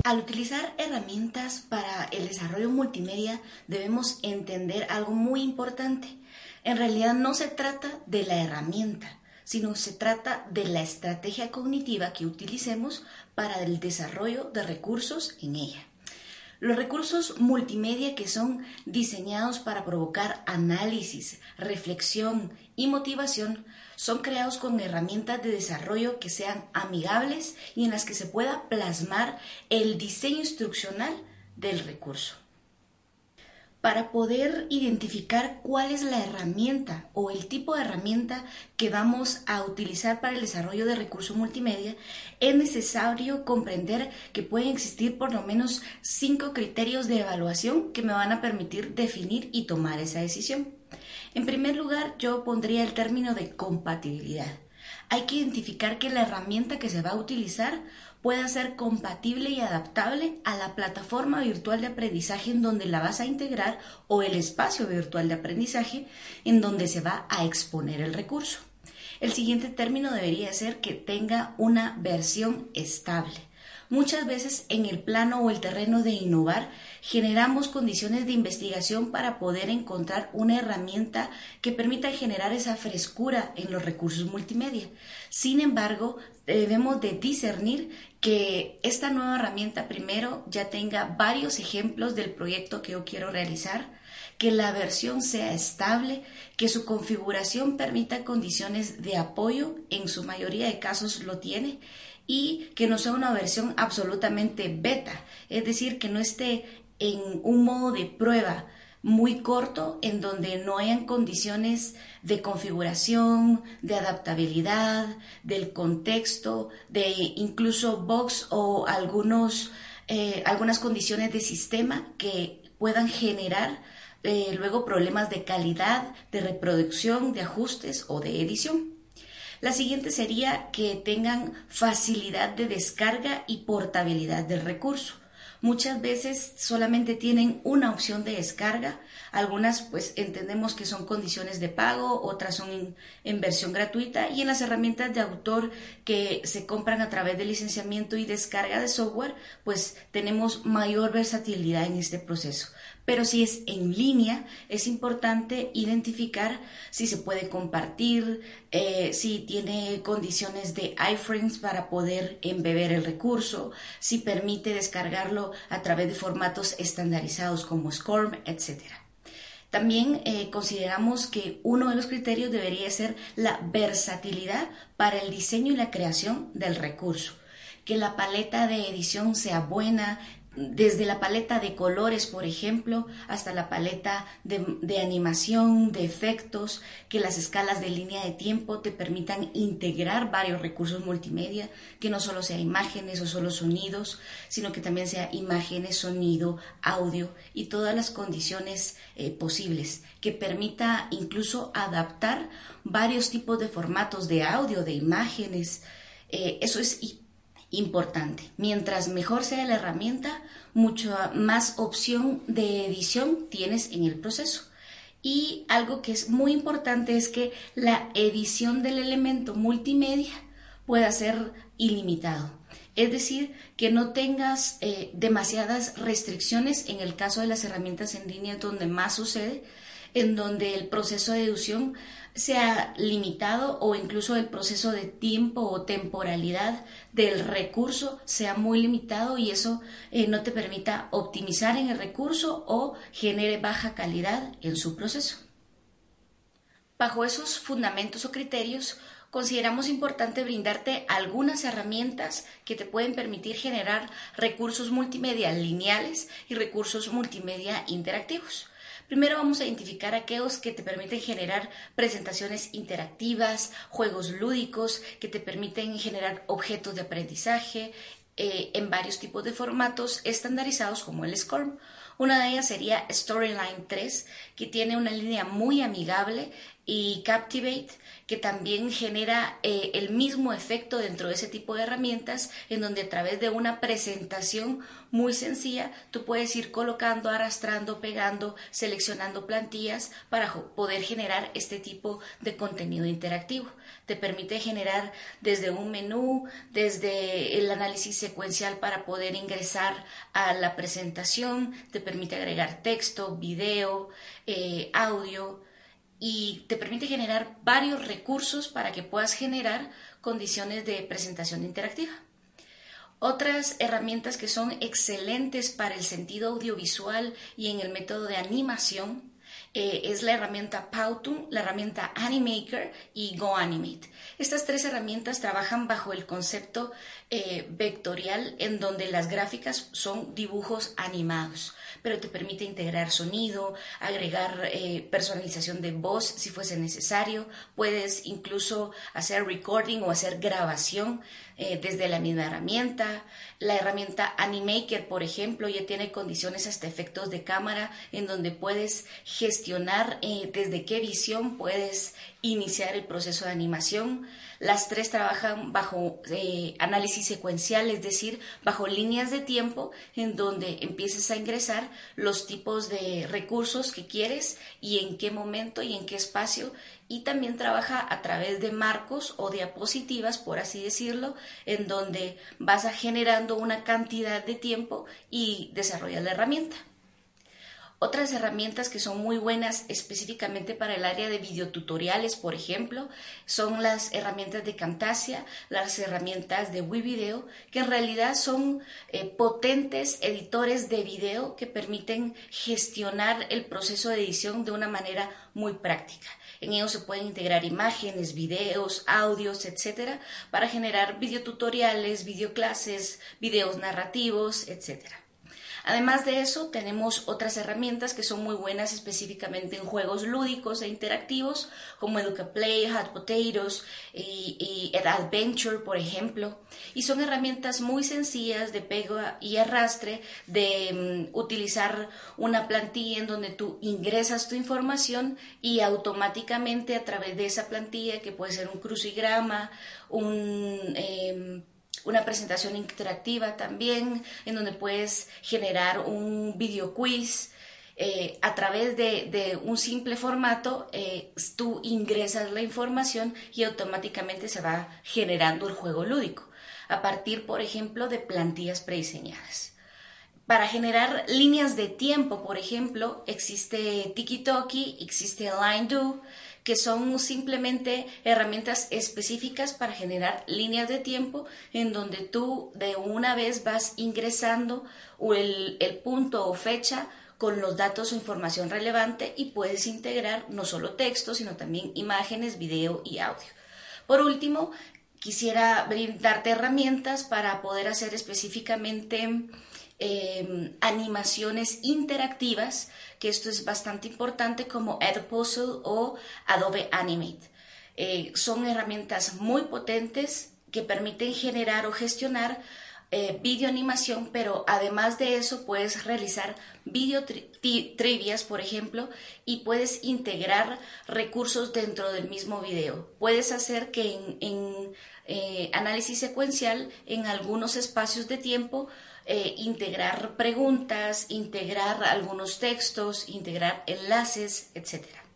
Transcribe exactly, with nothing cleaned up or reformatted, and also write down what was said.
Al utilizar herramientas para el desarrollo multimedia debemos entender algo muy importante. En realidad no se trata de la herramienta, sino se trata de la estrategia cognitiva que utilicemos para el desarrollo de recursos en ella. Los recursos multimedia que son diseñados para provocar análisis, reflexión y motivación son creados con herramientas de desarrollo que sean amigables y en las que se pueda plasmar el diseño instruccional del recurso. Para poder identificar cuál es la herramienta o el tipo de herramienta que vamos a utilizar para el desarrollo de recursos multimedia, es necesario comprender que pueden existir por lo menos cinco criterios de evaluación que me van a permitir definir y tomar esa decisión. En primer lugar, yo pondría el término de compatibilidad. Hay que identificar que la herramienta que se va a utilizar pueda ser compatible y adaptable a la plataforma virtual de aprendizaje en donde la vas a integrar o el espacio virtual de aprendizaje en donde se va a exponer el recurso. El siguiente término debería ser que tenga una versión estable. Muchas veces en el plano o el terreno de innovar generamos condiciones de investigación para poder encontrar una herramienta que permita generar esa frescura en los recursos multimedia. Sin embargo, debemos de discernir que esta nueva herramienta primero ya tenga varios ejemplos del proyecto que yo quiero realizar, que la versión sea estable, que su configuración permita condiciones de apoyo, en su mayoría de casos lo tiene, y que no sea una versión absolutamente beta, es decir, que no esté en un modo de prueba muy corto en donde no hayan condiciones de configuración, de adaptabilidad, del contexto, de incluso bugs o algunos, eh, algunas condiciones de sistema que puedan generar eh, luego problemas de calidad, de reproducción, de ajustes o de edición. La siguiente sería que tengan facilidad de descarga y portabilidad del recurso. Muchas veces solamente tienen una opción de descarga, algunas pues entendemos que son condiciones de pago, otras son en, en versión gratuita y en las herramientas de autor que se compran a través de licenciamiento y descarga de software pues tenemos mayor versatilidad en este proceso. Pero si es en línea, es importante identificar si se puede compartir, eh, si tiene condiciones de iframes para poder embeber el recurso, si permite descargarlo a través de formatos estandarizados como SCORM, etcétera. También eh, consideramos que uno de los criterios debería ser la versatilidad para el diseño y la creación del recurso, que la paleta de edición sea buena, desde la paleta de colores, por ejemplo, hasta la paleta de, de animación, de efectos, que las escalas de línea de tiempo te permitan integrar varios recursos multimedia, que no solo sea imágenes o solo sonidos, sino que también sea imágenes, sonido, audio y todas las condiciones eh, posibles, que permita incluso adaptar varios tipos de formatos de audio, de imágenes. Eh, eso es importante. Mientras mejor sea la herramienta, mucha más opción de edición tienes en el proceso. Y algo que es muy importante es que la edición del elemento multimedia pueda ser ilimitado. Es decir, que no tengas eh, demasiadas restricciones en el caso de las herramientas en línea donde más sucede, en donde el proceso de edición sea limitado o incluso el proceso de tiempo o temporalidad del recurso sea muy limitado y eso eh, no te permita optimizar en el recurso o genere baja calidad en su proceso. Bajo esos fundamentos o criterios, consideramos importante brindarte algunas herramientas que te pueden permitir generar recursos multimedia lineales y recursos multimedia interactivos. Primero vamos a identificar aquellos que te permiten generar presentaciones interactivas, juegos lúdicos, que te permiten generar objetos de aprendizaje eh, en varios tipos de formatos estandarizados como el SCORM. Una de ellas sería Storyline tres, que tiene una línea muy amigable y Captivate, que también genera eh, el mismo efecto dentro de ese tipo de herramientas, en donde a través de una presentación muy sencilla tú puedes ir colocando, arrastrando, pegando, seleccionando plantillas para poder generar este tipo de contenido interactivo. Te permite generar desde un menú, desde el análisis secuencial para poder ingresar a la presentación, te permite agregar texto, video, eh, audio, y te permite generar varios recursos para que puedas generar condiciones de presentación interactiva. Otras herramientas que son excelentes para el sentido audiovisual y en el método de animación eh, es la herramienta Powtoon, la herramienta Animaker y GoAnimate. Estas tres herramientas trabajan bajo el concepto eh, vectorial, en donde las gráficas son dibujos animados, pero te permite integrar sonido, agregar eh, personalización de voz si fuese necesario. Puedes incluso hacer recording o hacer grabación eh, desde la misma herramienta. La herramienta Animaker, por ejemplo, ya tiene condiciones hasta efectos de cámara, en donde puedes gestionar eh, desde qué visión puedes iniciar el proceso de animación. Las tres trabajan bajo eh, análisis secuencial, es decir, bajo líneas de tiempo en donde empieces a ingresar los tipos de recursos que quieres y en qué momento y en qué espacio, y también trabaja a través de marcos o diapositivas, por así decirlo, en donde vas a generando una cantidad de tiempo y desarrollas la herramienta. Otras herramientas que son muy buenas específicamente para el área de videotutoriales, por ejemplo, son las herramientas de Camtasia, las herramientas de WeVideo, que en realidad son eh, potentes editores de video que permiten gestionar el proceso de edición de una manera muy práctica. En ellos se pueden integrar imágenes, videos, audios, etcétera, para generar videotutoriales, videoclases, videos narrativos, etcétera. Además de eso, tenemos otras herramientas que son muy buenas específicamente en juegos lúdicos e interactivos, como Educaplay, Hot Potatoes y, y Adventure, por ejemplo. Y son herramientas muy sencillas de pega y arrastre, de um, utilizar una plantilla en donde tú ingresas tu información y automáticamente a través de esa plantilla, que puede ser un crucigrama, un... Eh, una presentación interactiva también, en donde puedes generar un video quiz. Eh, a través de, de un simple formato, eh, tú ingresas la información y automáticamente se va generando el juego lúdico, a partir, por ejemplo, de plantillas prediseñadas. Para generar líneas de tiempo, por ejemplo, existe Tiki-Toki, existe LineDo, que son simplemente herramientas específicas para generar líneas de tiempo, en donde tú de una vez vas ingresando el, el punto o fecha con los datos o información relevante, y puedes integrar no solo texto, sino también imágenes, video y audio. Por último, quisiera brindarte herramientas para poder hacer específicamente Eh, animaciones interactivas, que esto es bastante importante, como Edpuzzle o Adobe Animate. Eh, son herramientas muy potentes que permiten generar o gestionar eh, video animación, pero además de eso puedes realizar video tri trivias, por ejemplo, y puedes integrar recursos dentro del mismo video. Puedes hacer que en, en eh, análisis secuencial, en algunos espacios de tiempo, Eh, integrar preguntas, integrar algunos textos, integrar enlaces, etcétera.